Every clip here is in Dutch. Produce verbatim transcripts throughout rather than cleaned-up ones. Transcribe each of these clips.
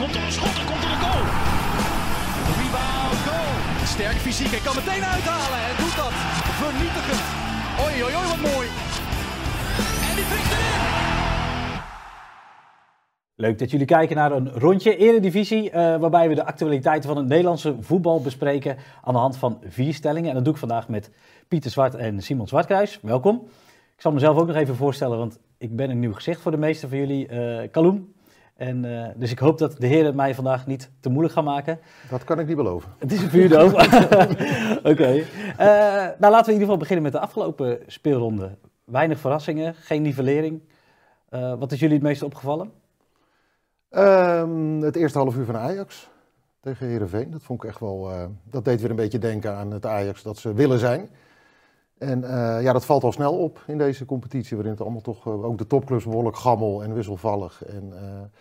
komt er een schot en komt er een goal. Rebound, goal. Sterk fysiek en kan meteen uithalen en doet dat vernietigend. Oei, oei, oei, wat mooi. En die prikt erin. Leuk dat jullie kijken naar een rondje Eredivisie, uh, waarbij we de actualiteiten van het Nederlandse voetbal bespreken aan de hand van vier stellingen. En dat doe ik vandaag met Pieter Zwart en Simon Zwartkruis. Welkom. Ik zal mezelf ook nog even voorstellen, want ik ben een nieuw gezicht voor de meeste van jullie, uh, Kaloum. En, uh, dus ik hoop dat de heren mij vandaag niet te moeilijk gaan maken. Dat kan ik niet beloven. Het is een vuurdoof. Oké. Okay. Uh, nou, laten we in ieder geval beginnen met de afgelopen speelronde. Weinig verrassingen, geen nivellering. Uh, wat is jullie het meest opgevallen? Um, het eerste half uur van Ajax tegen Heerenveen. Dat vond ik echt wel. Uh, dat deed weer een beetje denken aan het Ajax dat ze willen zijn. En uh, ja, dat valt al snel op in deze competitie, waarin het allemaal toch uh, ook de topclubs behoorlijk gammel en wisselvallig. En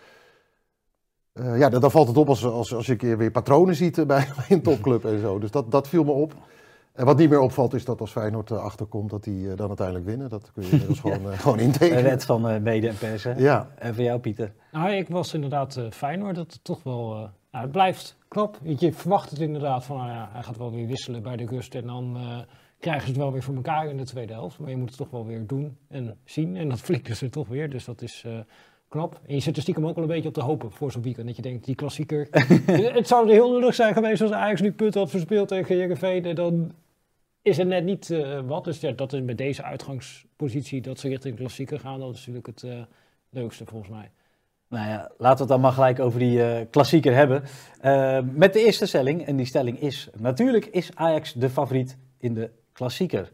uh, uh, ja, dan, dan valt het op als, als, als je een keer weer patronen ziet bij, bij een topclub en zo. Dus dat, dat viel me op. En wat niet meer opvalt is dat als Feyenoord uh, achterkomt, dat die uh, dan uiteindelijk winnen. Dat kun je inmiddels gewoon, uh, gewoon intekenen. De wet van uh, mede en persen. Ja. En voor jou, Pieter? Nou, ik was inderdaad uh, Feyenoord. Dat het toch wel, uh, nou, het blijft knap. Je verwacht het inderdaad van, nou ja, hij gaat wel weer wisselen bij de rust en dan uh, krijgen ze het wel weer voor elkaar in de tweede helft. Maar je moet het toch wel weer doen en zien. En dat flikken ze toch weer, dus dat is uh, knap. En je zit er stiekem ook wel een beetje op te hopen voor zo'n weekend. Dat je denkt, die klassieker. Het zou heel lullig zijn geweest als Ajax nu punten had verspeeld tegen Heerenveen. En dan is er net niet uh, wat. Dus ja, dat is met deze uitgangspositie dat ze richting klassieker gaan. Dat is natuurlijk het uh, leukste volgens mij. Nou ja, laten we het dan maar gelijk over die uh, klassieker hebben. Uh, met de eerste stelling. En die stelling is, natuurlijk is Ajax de favoriet in de klassieker.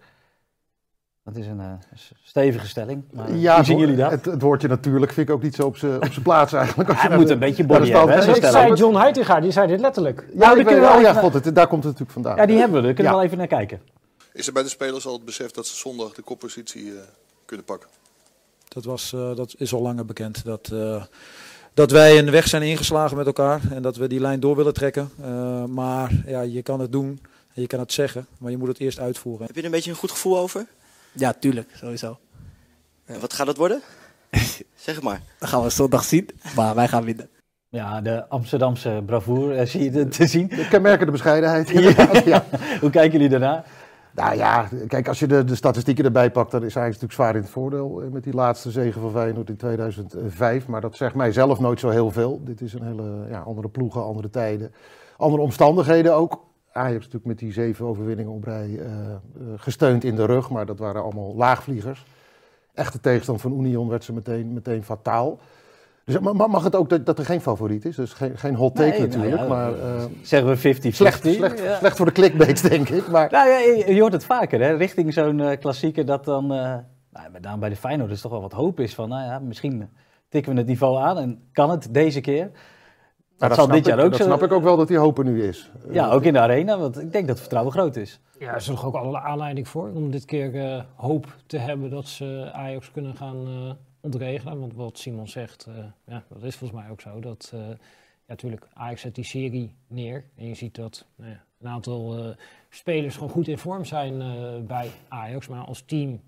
Dat is een uh, stevige stelling. Maar ja, hoe zien jullie dat? Het, het woordje natuurlijk vind ik ook niet zo op zijn plaats eigenlijk. Hij moet een beetje body hebben. hebben. Ik zei John Heitinga, die zei dit letterlijk. Ja, nou, ik weet, wel, ja god, het, daar komt het natuurlijk vandaan. Ja, die hebben we. Daar kunnen we ja. wel even naar kijken. Is er bij de spelers al het besef dat ze zondag de koppositie uh, kunnen pakken? Dat, was, uh, dat is al langer bekend. Dat, uh, dat wij een weg zijn ingeslagen met elkaar en dat we die lijn door willen trekken. Uh, maar ja, je kan het doen en je kan het zeggen, maar je moet het eerst uitvoeren. Heb je er een beetje een goed gevoel over? Ja, tuurlijk, sowieso. Uh, wat gaat het worden? Zeg het maar. Dat gaan we zondag zien, maar wij gaan winnen. Ja, de Amsterdamse bravoure, zie je te zien. De kenmerkende bescheidenheid. Ja. Ja. Hoe kijken jullie daarna? Nou ja, kijk, als je de, de statistieken erbij pakt, dan is Ajax natuurlijk zwaar in het voordeel met die laatste zege van Feyenoord in tweeduizend vijf. Maar dat zegt mij zelf nooit zo heel veel. Dit is een hele ja, andere ploegen, andere tijden, andere omstandigheden ook. Ajax natuurlijk met die zeven overwinningen op rij uh, uh, gesteund in de rug, maar dat waren allemaal laagvliegers. Echte tegenstand van Union werd ze meteen, meteen fataal. Dus mag het ook dat, dat er geen favoriet is? Dus geen, geen hot take nee, natuurlijk, nou ja, maar... Uh, zeggen we vijftig vijftig. Slecht, slecht, ja. slecht voor de clickbaits, denk ik. Maar... Nou ja, je, je hoort het vaker, hè? Richting zo'n uh, klassieker dat dan... Uh, nou, met name bij de Feyenoord is toch wel wat hoop is van... Nou ja, misschien tikken we het niveau aan en kan het deze keer. Dat, dat zal dit jaar ik, ook dat zo... Dat snap ik ook wel dat die hoop er nu is. Ja, ook in de arena, want ik denk dat het vertrouwen groot is. Ja, er is toch ook alle aanleiding voor om dit keer uh, hoop te hebben dat ze Ajax kunnen gaan... Uh, ontregelen, want wat Simon zegt, uh, ja, dat is volgens mij ook zo, dat uh, ja, natuurlijk Ajax zet die serie neer en je ziet dat nou ja, een aantal uh, spelers gewoon goed in vorm zijn uh, bij Ajax, maar als team,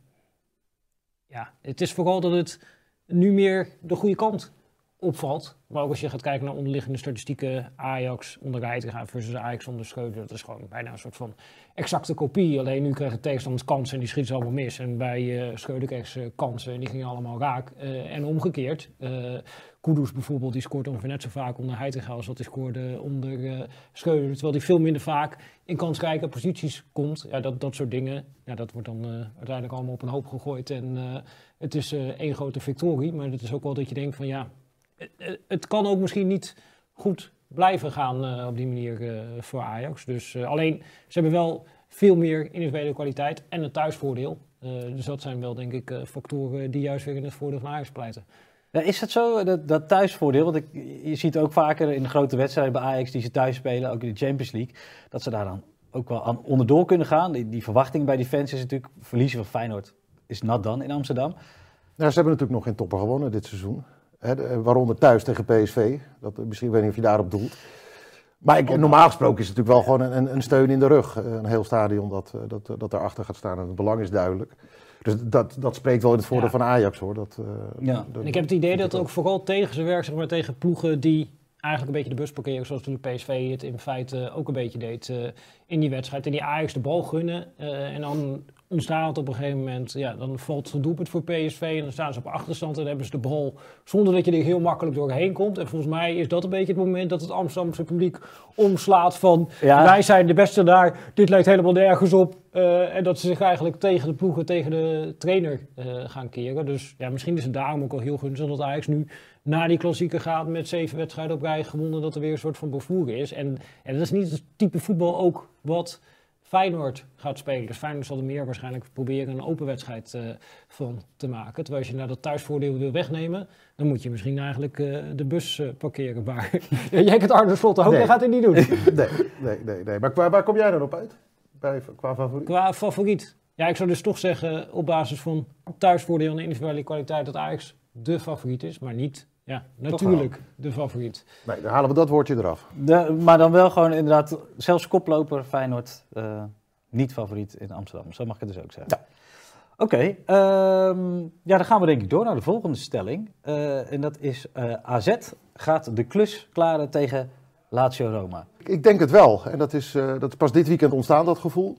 ja, het is vooral dat het nu meer de goede kant opvalt, maar ook als je gaat kijken naar onderliggende statistieken, Ajax onder Heitinga versus Ajax onder Schreuder, dat is gewoon bijna een soort van exacte kopie. Alleen nu krijgen tegenstanders kansen en die schieten ze allemaal mis. En bij uh, Schreuder kregen ze kansen en die gingen allemaal raak. Uh, en omgekeerd. Uh, Kudus bijvoorbeeld, die scoort ongeveer net zo vaak onder Heitinga als dat hij scoorde onder uh, Schreuder. Terwijl hij veel minder vaak in kansrijke posities komt. Ja, dat, dat soort dingen, ja, dat wordt dan uh, uiteindelijk allemaal op een hoop gegooid. En uh, het is uh, één grote victorie. Maar het is ook wel dat je denkt van ja, het, het kan ook misschien niet goed blijven gaan uh, op die manier uh, voor Ajax. Dus uh, alleen, ze hebben wel veel meer individuele kwaliteit en een thuisvoordeel. Uh, dus dat zijn wel, denk ik, uh, factoren die juist weer in het voordeel van Ajax pleiten. Ja, is het zo, dat, dat thuisvoordeel? Want ik, je ziet ook vaker in de grote wedstrijden bij Ajax die ze thuis spelen, ook in de Champions League, dat ze daar dan ook wel aan onderdoor kunnen gaan. Die, die verwachting bij die fans is natuurlijk, verliezen van Feyenoord is nat dan in Amsterdam. Nou, ze hebben natuurlijk nog geen topper gewonnen dit seizoen. He, de, waaronder thuis tegen P S V. Dat, misschien weet ik niet of je daarop doelt. Maar ik, normaal gesproken is het natuurlijk wel gewoon een, een steun in de rug. Een heel stadion dat, dat, dat erachter gaat staan en het belang is duidelijk. Dus dat, dat spreekt wel in het voordeel ja. van Ajax hoor. Dat, uh, ja. dat, en ik heb het idee dat het ook vooral tegen ze werkt, zeg maar, tegen ploegen die eigenlijk een beetje de bus parkeren zoals toen de P S V het in feite ook een beetje deed uh, in die wedstrijd. En die Ajax de bal gunnen uh, en dan ontstaat op een gegeven moment, ja, dan valt het doelpunt voor P S V en dan staan ze op achterstand en dan hebben ze de bal zonder dat je er heel makkelijk doorheen komt. En volgens mij is dat een beetje het moment dat het Amsterdamse publiek omslaat van ja. wij zijn de beste daar, dit lijkt helemaal nergens op. Uh, en dat ze zich eigenlijk tegen de ploegen, tegen de trainer uh, gaan keren. Dus ja, misschien is het daarom ook al heel gunstig dat Ajax nu na die klassieker gaat met zeven wedstrijden op rij gewonnen, dat er weer een soort van bevoer is. En, en dat is niet het type voetbal ook wat Feyenoord gaat spelen. Dus Feyenoord zal er meer waarschijnlijk proberen een open wedstrijd uh, van te maken. Terwijl als je nou dat thuisvoordeel wil wegnemen, dan moet je misschien eigenlijk uh, de bus uh, parkeren. Maar jij kent Arne Slot ook, nee. Dat gaat hij niet doen. Nee, nee, nee. nee. Maar waar, waar kom jij dan op uit? Bij, qua favoriet? Qua favoriet? Ja, ik zou dus toch zeggen op basis van thuisvoordeel en individuele kwaliteit dat Ajax de favoriet is, maar niet... Ja, natuurlijk de favoriet. Nee, dan halen we dat woordje eraf. De, maar dan wel gewoon inderdaad, zelfs koploper Feyenoord, uh, niet favoriet in Amsterdam. Zo mag ik het dus ook zeggen. Ja. Oké, okay, um, ja, dan gaan we denk ik door naar de volgende stelling. Uh, en dat is uh, A Z gaat de klus klaren tegen Lazio Roma. Ik denk het wel. En dat is, uh, dat is pas dit weekend ontstaan, dat gevoel.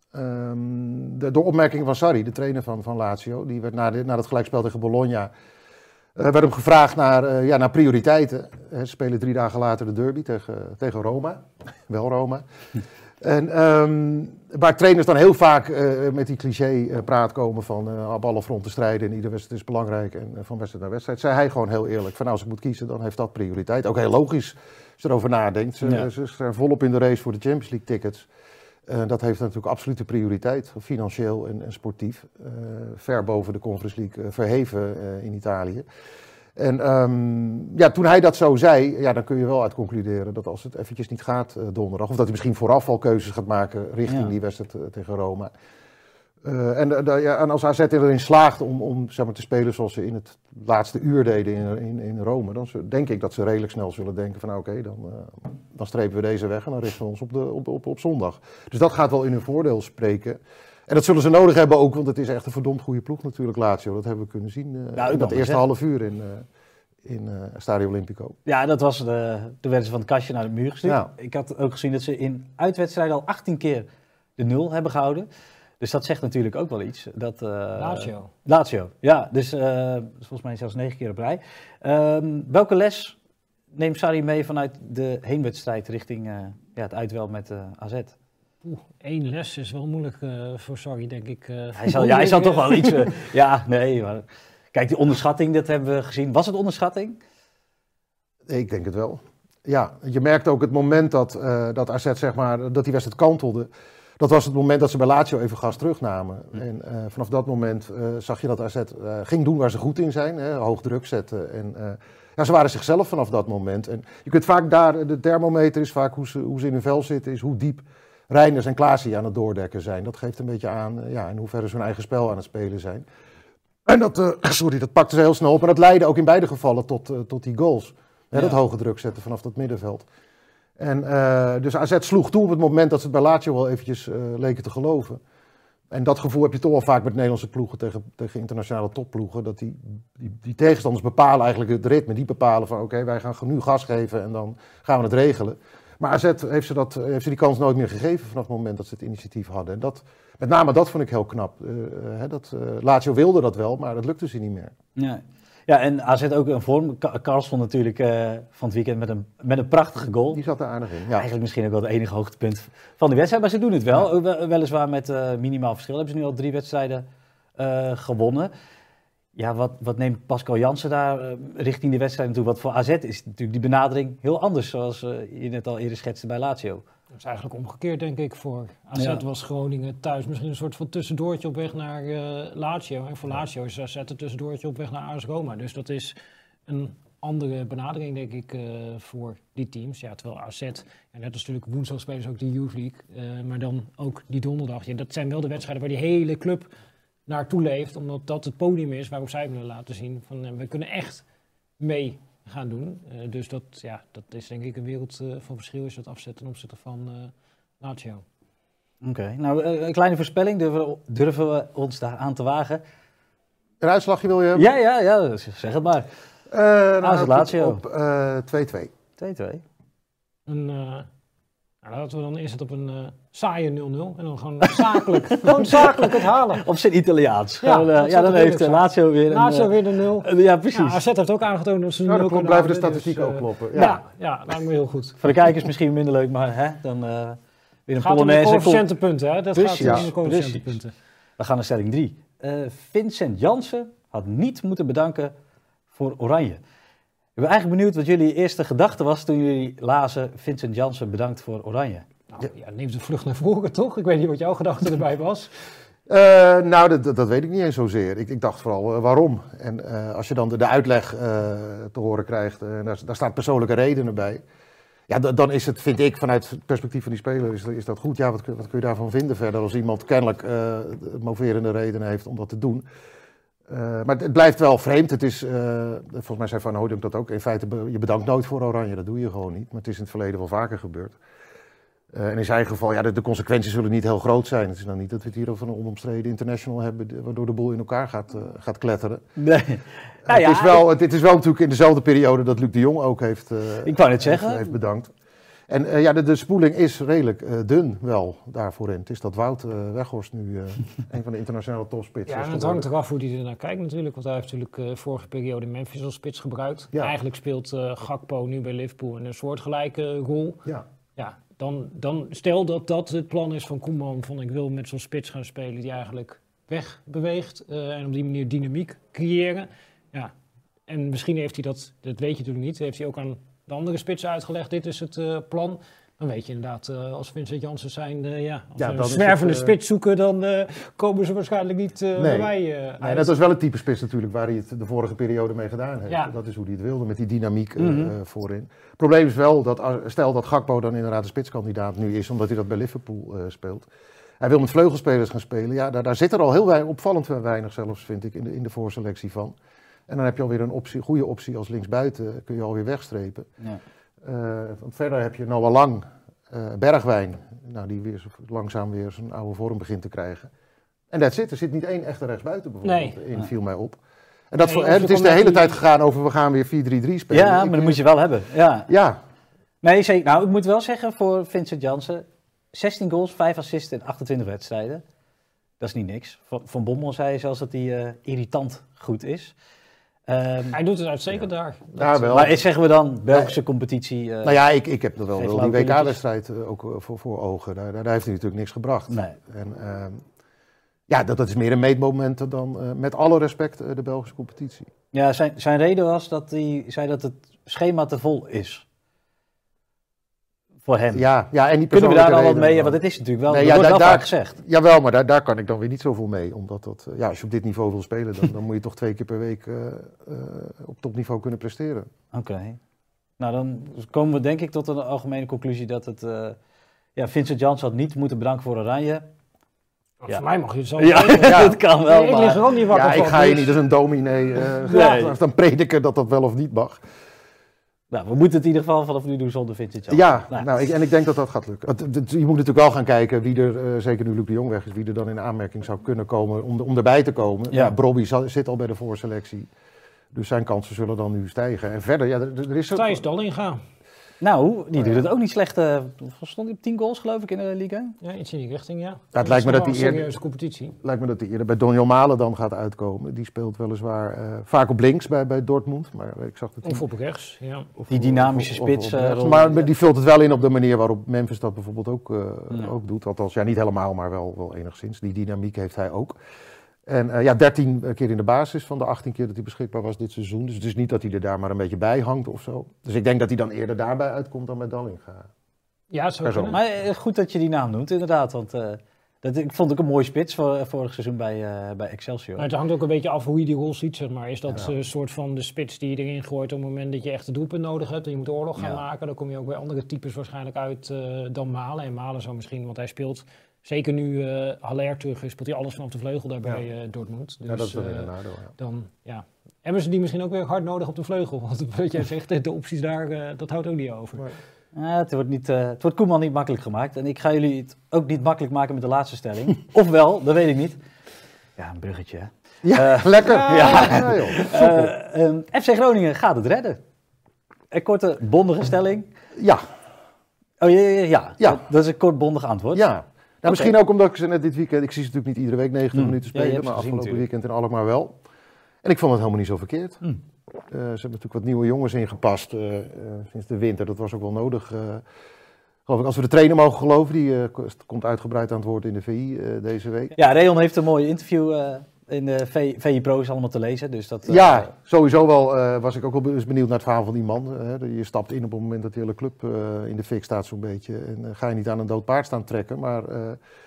Um, de, door opmerkingen van Sarri, de trainer van, van Lazio. Die werd na, de, na het gelijkspel tegen Bologna... Uh, werd hem gevraagd naar, uh, ja, naar prioriteiten. Ze spelen drie dagen later de derby tegen, tegen Roma. Wel Roma. En um, waar trainers dan heel vaak uh, met die cliché uh, praat komen van uh, op alle fronten strijden en ieder wedstrijd is belangrijk en uh, van wedstrijd naar wedstrijd, zei hij gewoon heel eerlijk van nou, als ik moet kiezen, dan heeft dat prioriteit. Ook heel logisch als je erover nadenkt. Ze, ja. ze zijn volop in de race voor de Champions League tickets. Uh, dat heeft natuurlijk absolute prioriteit, financieel en, en sportief. Uh, ver boven de Conference League uh, verheven uh, in Italië. En um, ja, toen hij dat zo zei, ja, dan kun je wel uit concluderen dat als het eventjes niet gaat uh, donderdag, of dat hij misschien vooraf al keuzes gaat maken richting ja. die wedstrijd uh, tegen Roma. Uh, en, uh, ja, en als A Z erin slaagt om, om zeg maar, te spelen zoals ze in het laatste uur deden in, in, in Rome, dan denk ik dat ze redelijk snel zullen denken van nou, oké, okay, dan, uh, dan strepen we deze weg en dan richten we ons op, de, op, op, op zondag. Dus dat gaat wel in hun voordeel spreken. En dat zullen ze nodig hebben ook, want het is echt een verdomd goede ploeg natuurlijk, Lazio. Dat hebben we kunnen zien uh, nou, in dat eerste half uur in, uh, in uh, Stadio Olimpico. Ja, dat was de, de wedstrijd van het kastje naar de muur gestuurd. Ja. Ik had ook gezien dat ze in uitwedstrijden al achttien keer de nul hebben gehouden. Dus dat zegt natuurlijk ook wel iets. Dat, uh, Lazio. Lazio, ja. Dus uh, volgens mij zelfs negen keer op rij. Um, welke les neemt Sarri mee vanuit de heenwedstrijd richting uh, ja, het uitwel met uh, A Z? Oeh, één les is wel moeilijk uh, voor Sarri, denk ik. Uh, hij zal, ja, hij zal toch wel iets... Uh, ja, nee, maar... Kijk, die onderschatting, dat hebben we gezien. Was het onderschatting? Ik denk het wel. Ja, je merkt ook het moment dat, uh, dat A Z, zeg maar, dat die wedstrijd kantelde. Dat was het moment dat ze bij Lazio even gas terugnamen. Hm. En uh, vanaf dat moment uh, zag je dat A Z uh, ging doen waar ze goed in zijn. Hè, hoog druk zetten. En uh, ja, ze waren zichzelf vanaf dat moment. En je kunt vaak daar, de thermometer is vaak hoe ze, hoe ze in hun vel zitten, is hoe diep Reinders en Klaasie aan het doordekken zijn. Dat geeft een beetje aan uh, ja, in hoeverre ze hun eigen spel aan het spelen zijn. En dat, uh, sorry, dat pakte ze heel snel op. En dat leidde ook in beide gevallen tot, uh, tot die goals. Hè, ja. Dat hoge druk zetten vanaf dat middenveld. En uh, dus A Z sloeg toe op het moment dat ze het bij Lazio wel eventjes uh, leken te geloven. En dat gevoel heb je toch wel vaak met Nederlandse ploegen tegen, tegen internationale topploegen. Dat die, die, die tegenstanders bepalen eigenlijk het ritme. Die bepalen van oké, okay, wij gaan nu gas geven en dan gaan we het regelen. Maar A Z heeft ze, dat, heeft ze die kans nooit meer gegeven vanaf het moment dat ze het initiatief hadden. En dat, met name dat vond ik heel knap. Uh, hè, dat, uh, Lazio wilde dat wel, maar dat lukte ze niet meer. Ja. Ja, en A Z ook een vorm. Carlson natuurlijk uh, van het weekend met een, met een prachtige goal. Die zat er aardig in. Ja. Eigenlijk misschien ook wel het enige hoogtepunt van die wedstrijd. Maar ze doen het wel. Ja. Weliswaar met uh, minimaal verschil. Hebben ze nu al drie wedstrijden uh, gewonnen. Ja, wat, wat neemt Pascal Jansen daar uh, richting die wedstrijd naartoe? Want voor A Z is natuurlijk die benadering heel anders. Zoals uh, je net al eerder schetste bij Lazio. Dat is eigenlijk omgekeerd, denk ik. Voor A Z ja. was Groningen thuis misschien een soort van tussendoortje op weg naar uh, Lazio. En voor Lazio is A Z een tussendoortje op weg naar A S Roma. Dus dat is een andere benadering, denk ik, uh, voor die teams. Ja, terwijl A Z, en net als natuurlijk woensdag spelen ze ook de Youth League. Uh, maar dan ook die donderdag. Ja, dat zijn wel de wedstrijden waar die hele club naartoe leeft. Omdat dat het podium is waarop zij willen laten zien van uh, we kunnen echt mee gaan doen. Uh, dus dat, ja, dat is denk ik een wereld uh, van verschil is dat afzet ten opzichte van uh, Lazio. Oké, okay. nou uh, een kleine voorspelling. Durven we, durven we ons daar aan te wagen? Een uitslagje wil je hebben? Ja, ja, ja, zeg het maar. Uh, nou, Lazio. Op uh, twee-twee. twee-twee. Een, uh, nou, laten we dan eerst op een uh, saaie nul nul en dan gewoon zakelijk, gewoon zakelijk het halen. Op zijn Italiaans. Ja, gewoon, uh, ja dan heeft uh, Lazio weer een... Lazio weer de nul. Uh, ja, precies. Ja, A Z heeft ook aangetoond dat ze nou, nul kunnen blijven de statistieken dus, uh, ook kloppen. Ja, ja, ja lijkt me heel goed. Voor de kijkers misschien minder leuk, maar hè, dan uh, weer een gaat Polonaise. Gaat om de coëfficiëntenpunten, hè? Dat precies, gaat om de coëfficiëntenpunten. We gaan naar stelling drie. Uh, Vincent Janssen had niet moeten bedanken voor Oranje. Ik ben eigenlijk benieuwd wat jullie eerste gedachte was toen jullie lazen Vincent Janssen bedankt voor Oranje. Nou, ja, neem de vlucht naar voren toch? Ik weet niet wat jouw gedachte erbij was. Uh, nou, dat, dat weet ik niet eens zozeer. Ik, ik dacht vooral uh, waarom. En uh, als je dan de, de uitleg uh, te horen krijgt, uh, daar, daar staan persoonlijke redenen bij. Ja, d- dan is het, vind ik, vanuit het perspectief van die speler, is, is dat goed. Ja, wat, wat kun je daarvan vinden verder als iemand kennelijk uh, moverende redenen heeft om dat te doen. Uh, maar het, het blijft wel vreemd. Het is, uh, volgens mij zei Van Hooydonk dat ook. In feite, je bedankt nooit voor Oranje, dat doe je gewoon niet. Maar het is in het verleden wel vaker gebeurd. Uh, en in zijn geval, ja, de, de consequenties zullen niet heel groot zijn. Het is nou niet dat we het hier over een onomstreden international hebben, de, waardoor de boel in elkaar gaat, uh, gaat kletteren. Nee. Uh, nou ja, het, is wel, ik... het, het is wel natuurlijk in dezelfde periode dat Luc de Jong ook heeft, uh, ik wou net zeggen. heeft, heeft bedankt. En uh, ja, de, de spoeling is redelijk uh, dun wel daarvoor in. Het is dat Wout uh, Weghorst nu uh, een van de internationale topspitsen ja, is. Ja, en het hangt eraf hoe hij er naar kijkt natuurlijk. Want hij heeft natuurlijk uh, vorige periode Memphis als spits gebruikt. Ja. Eigenlijk speelt uh, Gakpo nu bij Liverpool in een soortgelijke rol. Ja. Ja, dan, dan stel dat dat het plan is van Koeman, van ik wil met zo'n spits gaan spelen die eigenlijk wegbeweegt uh, en op die manier dynamiek creëren. Ja, en misschien heeft hij dat, dat weet je natuurlijk niet, heeft hij ook aan de andere spitsen uitgelegd, dit is het uh, plan. Dan weet je inderdaad, uh, als Vincent Janssen zijn, uh, ja, als ja, we een zwervende het, uh, spits zoeken, dan uh, komen ze waarschijnlijk niet uh, nee. bij mij uh, nee, dat was wel het type spits natuurlijk waar hij het de vorige periode mee gedaan heeft. Ja. Dat is hoe hij het wilde, met die dynamiek uh, mm-hmm. uh, voorin. Het probleem is wel, dat stel dat Gakpo dan inderdaad de spitskandidaat nu is, omdat hij dat bij Liverpool uh, speelt. Hij wil met vleugelspelers gaan spelen. Ja, daar, daar zit er al heel weinig, opvallend weinig zelfs, vind ik, in de, in de voorselectie van. En dan heb je alweer een optie, goede optie als linksbuiten, kun je alweer wegstrepen. Ja. Uh, want verder heb je Noah Lang, uh, Bergwijn, nou, die weer langzaam weer zijn oude vorm begint te krijgen. En dat zit, er zit niet één echte rechtsbuiten bijvoorbeeld nee. in, viel mij op. En dat nee, voor, hè, het is de hele die... tijd gegaan over we gaan weer vier drie drie spelen. Ja, maar ik, dat moet je wel hebben. Ja. ja. Nee, zeker. Nou, ik moet wel zeggen voor Vincent Janssen, zestien goals, vijf assists in achtentwintig wedstrijden. Dat is niet niks. Van, van Bommel zei zelfs dat hij uh, irritant goed is. Um, hij doet het uitstekend ja. daar. Ja, wel. Maar zeggen we dan Belgische nee. competitie? Uh, nou ja, ik, ik heb er wel, wel die W K-wedstrijd uh, ook uh, voor, voor ogen. Daar, daar, daar heeft hij natuurlijk niks gebracht. Nee. En, uh, ja, dat, dat is meer een meetmoment dan uh, met alle respect uh, de Belgische competitie. Ja, zijn, zijn reden was dat hij zei dat het schema te vol is. Voor hem. Ja, ja, en die kunnen we daar dan wat mee? Ja, want het is natuurlijk wel, nee, ja, daar, wel daar, vaak gezegd. Jawel, maar daar, daar kan ik dan weer niet zoveel mee. Omdat dat, ja, als je op dit niveau wil spelen, dan, dan moet je toch twee keer per week uh, uh, op topniveau kunnen presteren. Oké. Okay. Nou, dan komen we denk ik tot een algemene conclusie dat het... Uh, ja, Vincent Janssen had niet moeten bedanken voor Oranje. Ja. Voor mij mag je het zo ja, ja, dat kan wel. Nee, ik lig er ook niet wakker ja, van. Ik ga je niet als een dominee uh, nee. ja. dan prediken dat dat wel of niet mag. Nou, we moeten het in ieder geval vanaf nu doen zonder Vincent Janssen. Ja, nou. Nou, ik, en ik denk dat dat gaat lukken. Je moet natuurlijk wel gaan kijken wie er, uh, zeker nu Luc de Jong weg is, wie er dan in aanmerking zou kunnen komen om, de, om erbij te komen. Ja. Ja, Brobby zit al bij de voorselectie, dus zijn kansen zullen dan nu stijgen. En verder, ja, er, er is... Thijs Dallinga. Nou, die doet het ook niet slecht. Uh, stond hij op tien goals geloof ik in de Liga? Ja, iets in die richting, ja. ja het lijkt me dat hij eerder, serieuze competitie. lijkt me dat hij eerder bij Donjon Malen dan gaat uitkomen. Die speelt weliswaar uh, vaak op links bij, bij Dortmund, maar ik zag dat. Of op rechts, ja. Of, die dynamische of, spits. Of, of uh, maar ja. Die vult het wel in op de manier waarop Memphis dat bijvoorbeeld ook, uh, ja. ook doet. Althans, ja, niet helemaal, maar wel, wel enigszins. Die dynamiek heeft hij ook. En uh, ja, dertien keer in de basis van de achttien keer dat hij beschikbaar was dit seizoen. Dus het is niet dat hij er daar maar een beetje bij hangt of zo. Dus ik denk dat hij dan eerder daarbij uitkomt dan met Dallinga. Ja, zo kan. Maar uh, goed dat je die naam noemt, inderdaad. Want uh, dat, ik vond ook een mooie spits voor, vorig seizoen bij, uh, bij Excelsior. Maar het hangt ook een beetje af hoe je die rol ziet, zeg maar. Is dat een ja. uh, soort van de spits die je erin gooit op het moment dat je echt een doelpunt nodig hebt en je moet oorlog gaan ja. maken. Dan kom je ook bij andere types waarschijnlijk uit uh, dan Malen. En Malen zou misschien, want hij speelt... Zeker nu uh, Haller terug is, speelt hij alles vanaf de vleugel daar bij ja. uh, Dortmund. Dus, ja, dat is wel uh, een nadeel, ja. Dan, ja. Hebben ze die misschien ook weer hard nodig op de vleugel? Want wat jij zegt, de opties daar, uh, dat houdt ook niet over. Maar... Uh, het, wordt niet, uh, het wordt Koeman niet makkelijk gemaakt. En ik ga jullie het ook niet makkelijk maken met de laatste stelling. Ofwel, dat weet ik niet. Ja, een bruggetje. Ja, uh, lekker. Ja. Ja. Ja, uh, um, F C Groningen gaat het redden. Een korte, bondige stelling. Ja. Oh ja, ja, ja. Ja. Dat, dat is een kort, bondig antwoord. Ja. Nou, Oké. Misschien ook omdat ik ze net dit weekend... Ik zie ze natuurlijk niet iedere week negentig Hmm. minuten Ja, je spelen, hebt maar ze gezien afgelopen natuurlijk. weekend in Alkmaar wel. En ik vond het helemaal niet zo verkeerd. Hmm. Uh, ze hebben natuurlijk wat nieuwe jongens ingepast uh, uh, sinds de winter. Dat was ook wel nodig. Uh, geloof ik, als we de trainer mogen geloven, die uh, komt uitgebreid aan het woord in de V I uh, deze week. Ja, Reon heeft een mooi interview uh, in de V I Pro is allemaal te lezen. Dus dat, uh, Ja, sowieso wel uh, was ik ook wel benieuwd naar het verhaal van die man. Uh, je stapt in op het moment dat de hele club uh, in de fik staat zo'n beetje. En uh, ga je niet aan een dood paard staan trekken. Maar uh,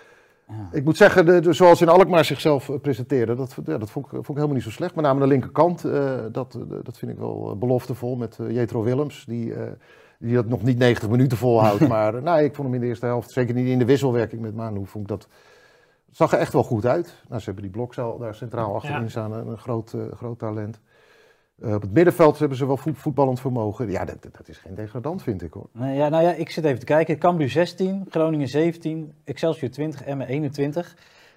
ja. ik moet zeggen, de, de, zoals in Alkmaar zichzelf uh, presenteerde, dat, ja, dat vond, ik, vond ik helemaal niet zo slecht. Met name de linkerkant, uh, dat, uh, dat vind ik wel uh, beloftevol met uh, Jetro Willems. Die, uh, die dat nog niet negentig minuten volhoudt. maar uh, nou, ik vond hem in de eerste helft, zeker niet in de wisselwerking met Manu, vond ik dat... Het zag er echt wel goed uit. Nou, ze hebben die Blokzaal daar centraal achterin ja. staan, een groot, uh, groot talent. Uh, op het middenveld hebben ze wel voet, voetballend vermogen. Ja, dat, dat is geen degradant, vind ik hoor. Nou ja, nou ja, ik zit even te kijken. Cambuur zestien, Groningen zeventien, Excelsior twintig, Emmen eenentwintig.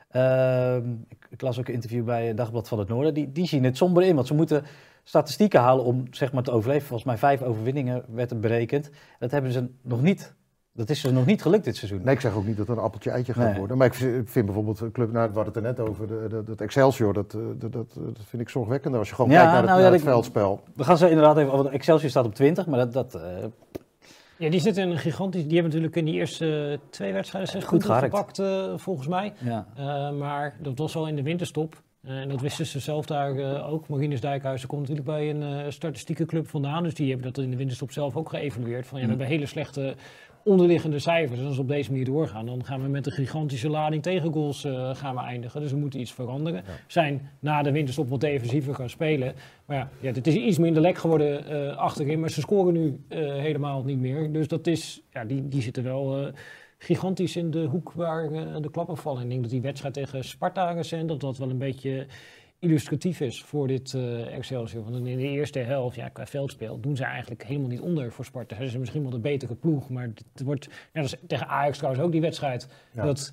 Uh, ik, ik las ook een interview bij Dagblad van het Noorden. Die, die zien het somber in, want ze moeten statistieken halen om zeg maar, te overleven. Volgens mij vijf overwinningen werd er berekend. Dat hebben ze nog niet. Dat is dus nog niet gelukt dit seizoen. Nee, ik zeg ook niet dat het een appeltje eitje gaat nee. worden. Maar ik vind bijvoorbeeld een club, nou, we hadden het er net over, de, de, dat Excelsior, dat, dat, dat, dat vind ik zorgwekkender als je gewoon ja, kijkt naar het, nou, naar ja, het veldspel. We gaan zo inderdaad even, want Excelsior staat op twintig, maar dat... dat uh... Ja, die zitten in een gigantisch, die hebben natuurlijk in die eerste twee wedstrijden zes goed gepakt uh, volgens mij. Ja. Uh, maar dat was al in de winterstop. Uh, en dat wisten ze zelf daar uh, ook. Marinus Dijkhuizen komt natuurlijk bij een uh, statistieke club vandaan. Dus die hebben dat in de winterstop zelf ook geëvalueerd. Van ja, we hebben hele slechte onderliggende cijfers. En als we op deze manier doorgaan, dan gaan we met een gigantische lading tegengoals uh, gaan we eindigen. Dus we moeten iets veranderen. Ja. Zijn na de winterstop wat defensiever gaan spelen. Maar ja, ja het is iets minder lek geworden uh, achterin. Maar ze scoren nu uh, helemaal niet meer. Dus dat is, ja, die, die zitten wel... Uh, gigantisch in de hoek waar uh, de klappen vallen. Ik denk dat die wedstrijd tegen Sparta recent, dat dat wel een beetje illustratief is voor dit uh, Excelsior. Want in de eerste helft, ja, qua veldspel, doen ze eigenlijk helemaal niet onder voor Sparta. Ze zijn misschien wel de betere ploeg, maar het wordt, ja, dat is tegen Ajax trouwens ook die wedstrijd. Ja. Dat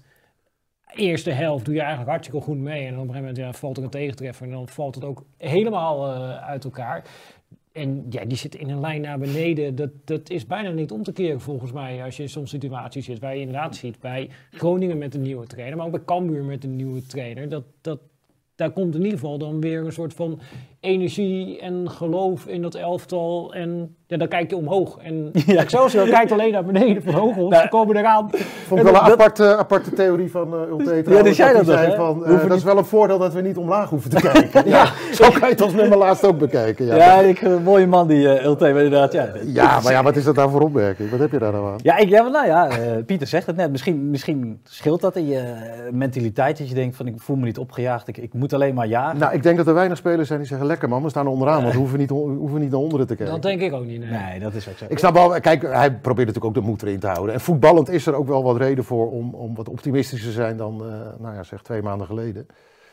eerste helft doe je eigenlijk hartstikke goed mee en op een gegeven moment ja, valt er een tegentreffer en dan valt het ook helemaal uh, uit elkaar. En ja, die zit in een lijn naar beneden. Dat, dat is bijna niet om te keren volgens mij. Als je in zo'n situatie zit. Waar je inderdaad ziet bij Groningen met een nieuwe trainer. Maar ook bij Cambuur met een nieuwe trainer. Dat, dat, daar komt in ieder geval dan weer een soort van energie en geloof in dat elftal. En ja, dan kijk je omhoog. En ja. Excelsior kijkt alleen naar beneden van hoog. Nou, ze komen eraan. Vond ik wel een aparte, aparte theorie van uh, Ulte. Ja, dus jij dat, dat zei van, uh, dat niet... is wel een voordeel dat we niet omlaag hoeven te kijken. ja, zo kan je het als met mijn laatst ook bekijken. Ja, ja ik, een mooie man die uh, Ulte, inderdaad. Ja, ja, maar ja, wat is dat nou voor opmerking? Wat heb je daar nou aan? Ja, ik, ja nou ja, uh, Pieter zegt het net. Misschien, misschien scheelt dat in je mentaliteit. Dat je denkt van, ik voel me niet opgejaagd. Ik, ik moet alleen maar jagen. Nou, ik denk dat er weinig spelers zijn die zeggen, lekker man, we staan er onderaan. Want we hoeven niet, hoeven niet naar onderen te kijken. Dat denk ik ook niet. Nee, nee dat is ook zo. Ik snap wel, kijk, hij probeert natuurlijk ook de moed erin te houden. En voetballend is er ook wel wat reden voor om, om wat optimistischer te zijn dan, uh, nou ja, zeg twee maanden geleden.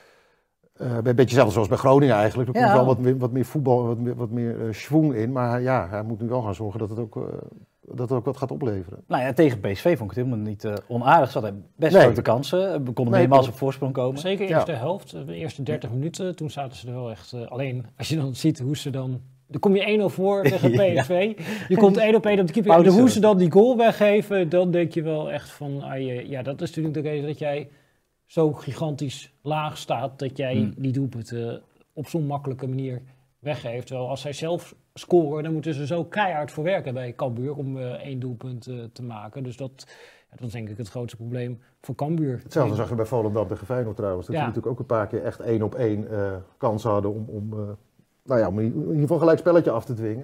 Uh, een beetje hetzelfde zoals bij Groningen eigenlijk. Er komt ja. wel wat meer, wat meer voetbal, wat meer, wat meer uh, schwung in. Maar ja, hij moet nu wel gaan zorgen dat het ook, uh, dat het ook wat gaat opleveren. Nou ja, tegen P S V vond ik het helemaal niet uh, onaardig. Ze hadden best nee. grote kansen. We konden nee, meermaals op voorsprong komen. Zeker de eerste ja. helft, de eerste dertig minuten. Toen zaten ze er wel echt uh, alleen. Als je dan ziet hoe ze dan... Dan kom je één nul voor tegen P S V. Ja. Je komt één op één op de keeper. En hoe ze dan die goal weggeven, dan denk je wel echt van... Ah, je, ja, dat is natuurlijk de reden dat jij zo gigantisch laag staat... dat jij hmm. die doelpunten uh, op zo'n makkelijke manier weggeeft. Terwijl als zij zelf scoren, dan moeten ze zo keihard voor werken bij Cambuur... om uh, één doelpunt uh, te maken. Dus dat, ja, dat is denk ik het grootste probleem voor Cambuur. Hetzelfde zag je bij Volendam tegen Feyenoord trouwens. Dat ja. die natuurlijk ook een paar keer echt één op één uh, kansen hadden om... om uh, Nou ja, om in ieder geval gelijk spelletje af te dwingen.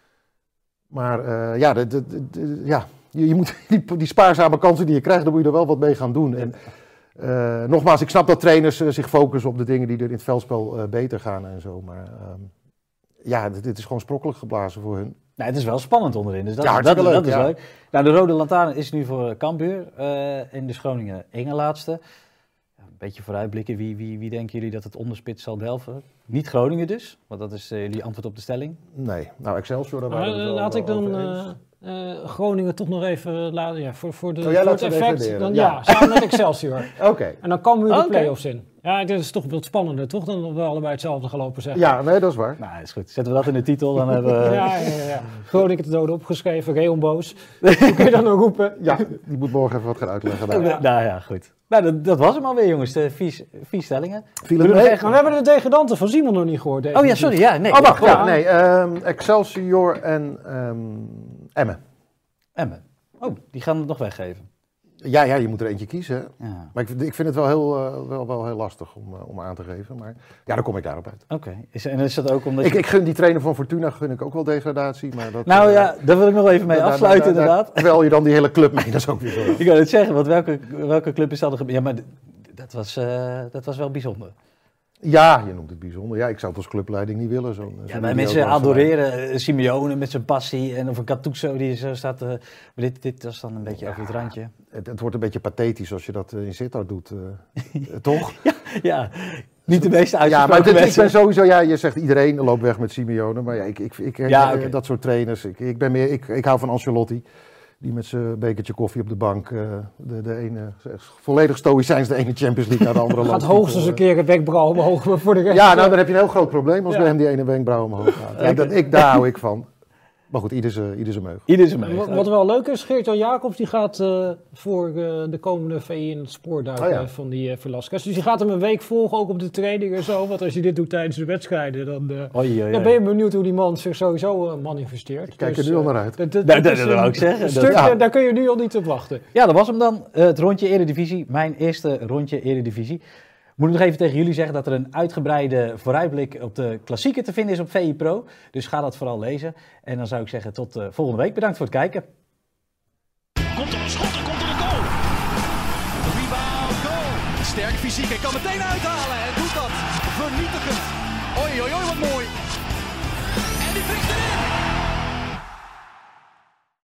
Maar uh, ja, de, de, de, ja je, je moet die, die spaarzame kansen die je krijgt, daar moet je er wel wat mee gaan doen. En uh, nogmaals, ik snap dat trainers uh, zich focussen op de dingen die er in het veldspel uh, beter gaan en zo. Maar uh, ja, dit, dit is gewoon sprokkelijk geblazen voor hun. Nou, het is wel spannend onderin, dus dat, ja, dat, leuk, dat is ja. leuk. Nou, de rode lantaarn is nu voor Cambuur uh, en dus Groningen één laatste. Een beetje vooruitblikken, wie, wie, wie denken jullie dat het onderspits zal delven? Niet Groningen dus, want dat is uh, jullie antwoord op de stelling. Nee, nou Excelsior, daar waren we uh, Laat ik dan uh, uh, Groningen toch nog even laten, ja, voor, voor, de, oh, jij voor het effect. Dan, ja. ja, samen met Excelsior. Oké. Okay. En dan komen we de okay. play-offs in. Ja, dit is toch wat spannender, toch? Dan we allebei hetzelfde gaan lopen zeggen. Ja, nee, dat is waar. Nou, is goed. Zetten we dat in de titel, dan hebben we... ja, ja, ja, ja. Groningen te doden opgeschreven, Reon boos. Hoe kun je dat nou roepen? Ja, die moet morgen even wat gaan uitleggen. Nou ja, nou, ja goed. Nou, dat, dat was hem alweer, jongens. De vier, vier stellingen. Viel het mee? Maar we hebben de degradanten van Simon nog niet gehoord. Deze oh ja, sorry. Ja, nee. Oh, wacht. Ja, nee. Um, Excelsior en um, Emmen. Emmen. Oh, die gaan het nog weggeven. Ja, ja, je moet er eentje kiezen. Ja. Maar ik, ik vind het wel heel, uh, wel, wel heel lastig om, uh, om aan te geven. Maar ja, dan kom ik daarop uit. Oké. Okay. En is dat ook omdat ik, je... ik gun die trainer van Fortuna gun ik ook wel degradatie. Maar dat, nou uh, ja, daar wil ik nog even mee afsluiten, da, da, da, inderdaad. Terwijl je dan die hele club mee, dat is ook weer zo. Ik kan het zeggen, want welke, welke club is dat? Ja, maar dat was, uh, dat was wel bijzonder. Ja, je noemt het bijzonder. Ja, ik zou het als clubleiding niet willen. Zo'n, ja, zo'n maar mensen adoreren uh, Simeone met zijn passie en of een Gattuso die zo staat. Uh, dit, dit was dan een beetje ja, over het randje. Het, het wordt een beetje pathetisch als je dat uh, in Sittard doet, uh, toch? ja, ja, niet de meeste uitgesproken ja, maar dit, mensen. Ik ben sowieso, ja, je zegt iedereen loopt weg met Simeone, maar ja, ik, ik, ik, ja, ik okay. dat soort trainers. Ik, ik, ben meer, ik, ik hou van Ancelotti. Die met zijn bekertje koffie op de bank uh, de, de ene, volledig stoïcijns de ene Champions League naar de andere gaat hoogstens een keer een wenkbrauw omhoog voor de rest. Ja, nou dan heb je een heel groot probleem als ja. bij hem die ene wenkbrauw omhoog gaat. Ja, dat, ik, daar hou ik van. Maar goed, ieder zijn, ieder zijn meug. Ieder zijn meug. Wat, wat wel leuk is, Geert-Jan Jacobs die gaat uh, voor uh, de komende V I in het spoor duiken oh, ja. van die uh, Velasquez. Dus die gaat hem een week volgen, ook op de training en zo. Want als je dit doet tijdens de wedstrijden, dan, uh, oei, oei, dan ben je benieuwd hoe die man zich sowieso uh, manifesteert. Ik kijk dus, er nu al uh, naar uit. Dat, dat, dat, dat dat wil ik zeggen. Een stuk, ja. Daar kun je nu al niet op wachten. Ja, dat was hem dan. Uh, het rondje Eredivisie. Mijn eerste rondje Eredivisie. Moet ik nog even tegen jullie zeggen dat er een uitgebreide vooruitblik op de klassieker te vinden is op V I Pro. Dus ga dat vooral lezen. En dan zou ik zeggen tot uh, volgende week. Bedankt voor het kijken. Komt er een schot, er komt er een goal. Rebound, goal. Sterk fysiek en kan meteen uithalen. En doet dat vernietigend. Oei, oei, oei, wat mooi.